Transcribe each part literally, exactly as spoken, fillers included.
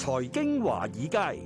財經華爾街，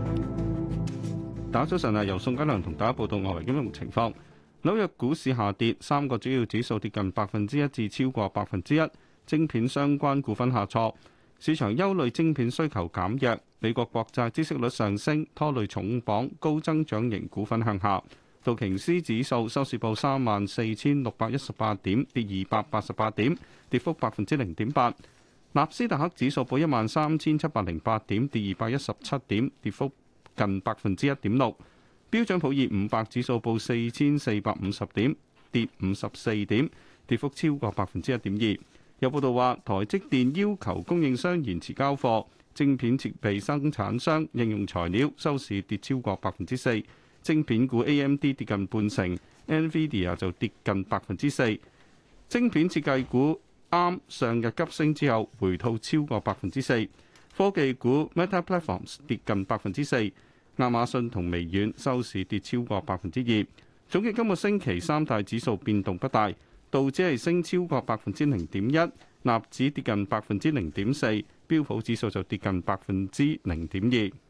大家早晨啊！由宋嘉良同大家報道外圍金融情況。紐約股市下跌，三個主要指數跌近百分之一至超過百分之一。晶片相關股份下挫，市場憂慮晶片需求減弱。美國國債孳息率上升，拖累重磅高增長型股份向下。道瓊斯指數收市報三萬四千六百一十八點，跌二百八十八點，跌幅百分之零點八。納斯達克指數報一萬三千七百零八點，跌二百一十七點，跌幅近百分之一點六。標準普爾五百指數報四千四百五十點，跌五十四點，跌幅超過百分之一點二。有報道話，台積電要求供應商延遲交貨，晶片設備生產商應用材料收市跌超過百分之四，晶片股 A M D 跌近半成 ，NVIDIA 就跌近百分之四。晶片設計股啱上日急升之後回吐超過百分之四，科技股 Meta Platforms 跌近百分之四，亞馬遜同微軟收市跌超過百分之二。總結今個星期三大指數變動不大，道指係升超過百分之零點一，納指跌近百分之零點四，標普指數就跌近百分之零點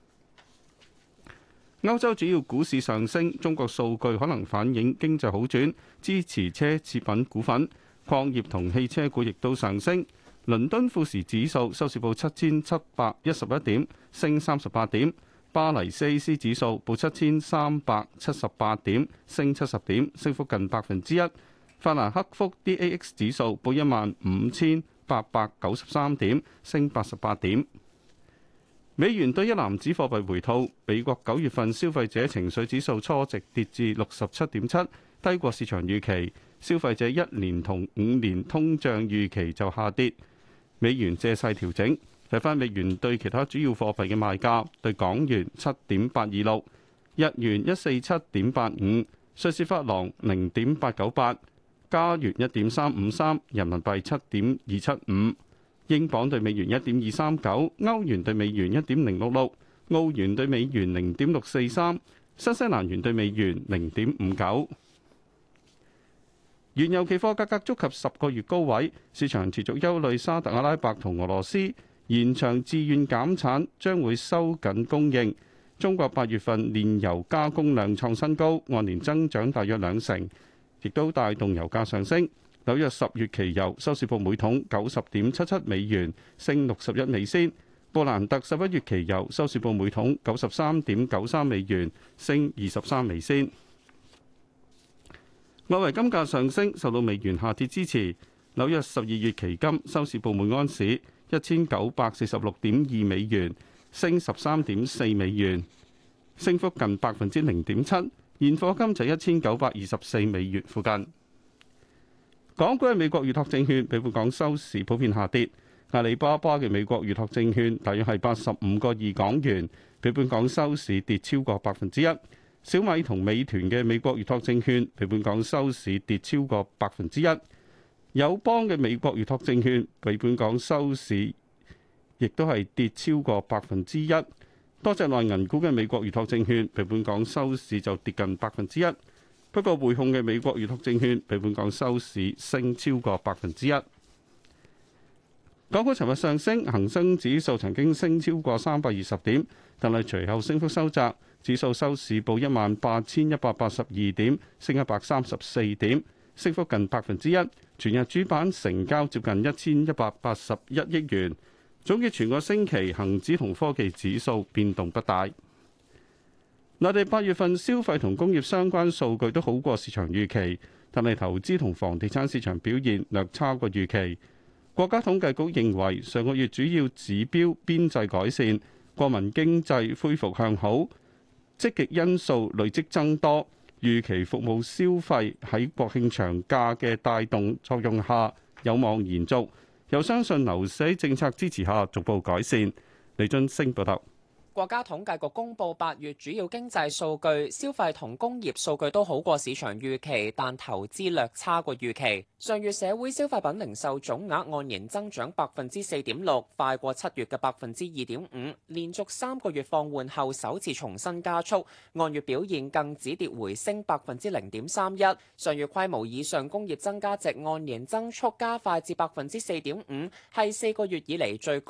二。歐洲主要股市上升，中國數據可能反映經濟好轉，支持奢侈品股份。礦業同汽車股亦都上升。倫敦富時指數收市報七千七百一十一點，升三十八點。巴黎 C A C 指數報七千三百七十八點，升七十點，升幅近百分之一。法蘭克福 D A X 指數報一萬五千八百九十三點，升八十八點。美元對一籃子貨幣回吐，美國九月份消費者情緒指數初值跌至六十七點七，低過市場預期。消費者一年同五年通脹預期就下跌，美元借勢調整。睇返美元對其他主要貨幣嘅賣價，對港元七點八二六，日元一四七點八五，瑞士法郎零點八九八，加元一點三五三，人民幣七點二七五，英鎊對美元一點二三九，歐元對美元一點零六六，澳元對美元零點六四三，新西蘭元對美元零點五九。原油期貨價格觸及十個月高位，市場持續憂慮沙特阿拉伯同俄羅斯延長自願減產將會收緊供應。中國八月份煉油加工量創新高，按年增長大約兩成，亦都帶動油價上升。紐約十月期油收市報每桶九十點七七美元，升六十一美仙。布蘭特十一月期油收市報每桶九十三點九三美元，升二十三美仙。外圍金價上升，受到美元下跌支持。紐約十二月期金收市報每安士一千九百四十六點二美元，升十三點四美元，升幅近百分之零點七。現貨金就一千九百二十四美元附近。港股嘅美國預託證券比本港收市普遍下跌。阿里巴巴嘅美國預託證券大約係八十五個二港元，比本港收市跌超過百分之一。小米同美團嘅美國預託證券比本港收市跌超過百分之一，友邦嘅美國預託證券比本港收市亦都係跌超過百分之一。多隻內銀股嘅美國預託證券比本港收市就跌近百分之一，不過匯控嘅美國預託證券比本港收市升超過百分之一。港股尋日上升，恒生指數曾經升超過三百二十點，但係隨後升幅收窄。指數收市報一萬八千一百八十二點，升一百三十四點，升幅近百分之一。全日主板成交接近一千一百八十一億元。總結全個星期，恒指同科技指數變動不大。內地八月份消費同工業相關數據都好過市場預期，但係投資同房地產市場表現略差過預期。國家統計局認為，上個月主要指標邊際改善，國民經濟恢復向好。積極因素累積增多，預期服務消費喺國慶長假嘅帶動作用下有望延續，又相信樓市喺政策支持下逐步改善。李津升報道。 國家統計局公布八月主要經濟數據，消費同工業數據都好過市場預期，但投資略差過預期。上月社會消費品零售總額按年增長百分之四點六，快過七月嘅百分之二點五，連續三個月放緩後首次重新加速，按月表現更止跌回升百分之零點三一。上月規模以上工業增加值按年增速加快至百分之四點五，係四個月以嚟最高。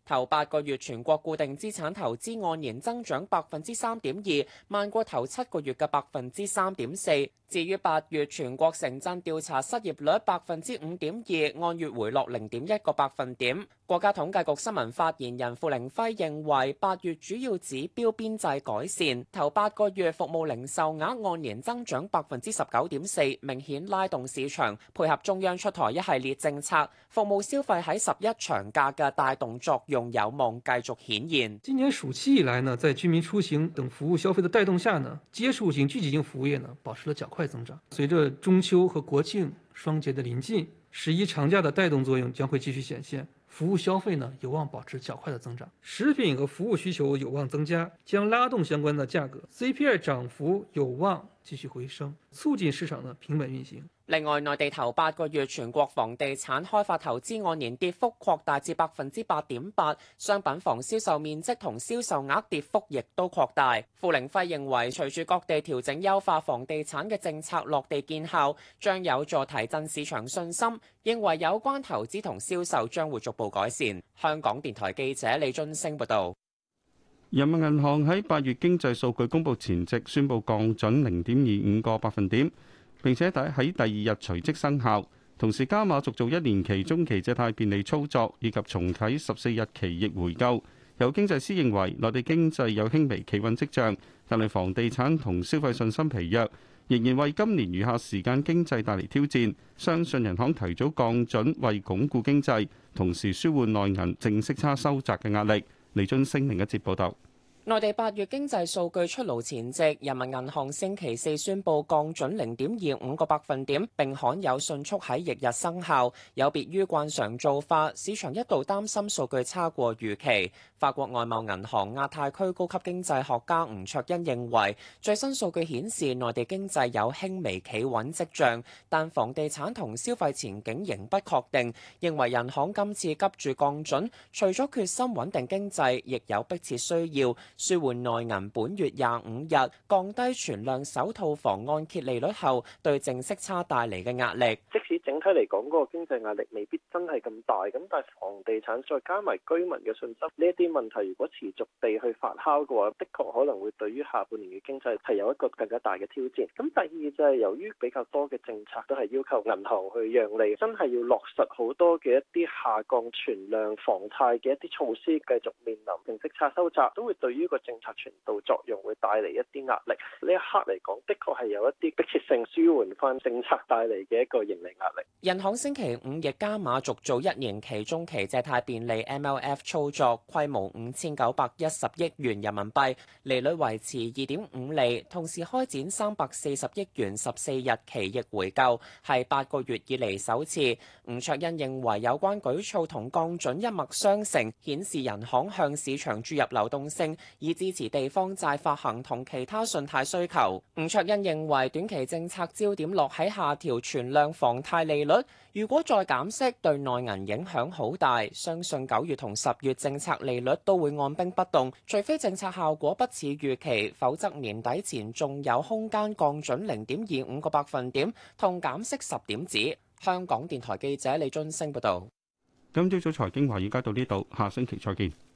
頭八個月全國固定資產投資按年增長百分之三點二，慢過頭七個月嘅百分之三點四。至於八月全國城鎮調查失業率百分之五點二，按月回落零點一個百分點。國家統計局新聞發言人付凌暉認為，八月主要指標邊際改善，頭八個月服務零售額按年增長百分之十九點四，明顯拉動市場，配合中央出台一系列政策，服務消費喺十一長假嘅帶動作用有望繼續顯現。 今年暑期以來呢，在居民出行等服務消費的帶動下呢，接觸性、聚集性服務業呢保持了較快增長。隨着中秋和國慶雙節的臨近，十一長假的帶動作用將會繼續顯現。服務消費呢有望保持較快的增長，食品和服務需求有望增加，將拉動相關的價格 C P I 漲幅有望繼續回升，促進市場的平穩運行。 另外，內地頭八個月全國房地產開發投資按年跌幅擴大至百分之八點八，商品房銷售面積同銷售額跌幅亦都擴大。付凌暉認為，隨住各地調整優化房地產嘅政策落地見效，將有助提振市場信心。認為有關投資同銷售將會逐步改善。香港電台記者李津升報導。 人民銀行喺八月經濟數據公佈前夕宣布降準零點二五個百分點。並且喺第二日隨即生效，同時加碼續做一年期中期借貸便利操作，以及重啟十四日期逆回購。有經濟師認為，內地經濟有輕微企穩跡象，但係房地產同消費信心疲弱，仍然為今年餘下時間經濟帶嚟挑戰。相信人行提早降準，為鞏固經濟，同時舒緩內銀淨息差收窄嘅壓力。李津升另一節報道。 內地八月經濟數據出爐前夕，人民銀行星期四宣布降準零點二五個百分點，並罕有迅速喺翌日生效，有別於慣常做法。市場一度擔心數據差過預期。法國外貿銀行亞太區高級經濟學家吳卓恩認為，最新數據顯示內地經濟有輕微企穩跡象，但房地產同消費前景仍不確定。認為人行今次急住降準，除咗決心穩定經濟，亦有迫切需要舒緩內銀本月廿五日降低存量首套房按揭利率後對淨息差帶嚟嘅壓力。 即使整體嚟講嗰個經濟壓力未必真係咁大，咁但係房地產再加埋居民嘅信心呢一啲問題，如果持續地去發酵嘅話，的確可能會對於下半年嘅經濟係有一個更加大嘅挑戰。咁第二就係由於比較多嘅政策都係要求銀行去讓利，真係要落實好多嘅一啲下降存量房貸嘅一啲措施，繼續面臨淨息差收窄，都會對於個政策傳導作用會帶嚟一啲壓力。呢一刻嚟講，的確係有一啲迫切性舒緩翻政策帶嚟嘅一個盈利壓力。 人行星期五亦加碼續做一年期中期借貸便利 M L F 操作，規模五千九百一十億元人民幣，利率維持二點五厘，同時開展三百四十億元十四日期逆回購，係八個月以嚟首次。吳卓恩認為有關舉措同降準一脈相承，顯示人行向市場注入流動性，以支持地方債發行同其他信貸需求。吳卓恩認為短期政策焦點落喺下調存量房貸利率，如果再減息，對內銀影響好大。相信九月同十月政策利率都會按兵不動，除非政策效果不似預期，否則年底前仲有空間降準零點二五個百分點同減息十點子。香港電台記者李津升報道。 今朝早財經華爾街到呢度，下星期再見。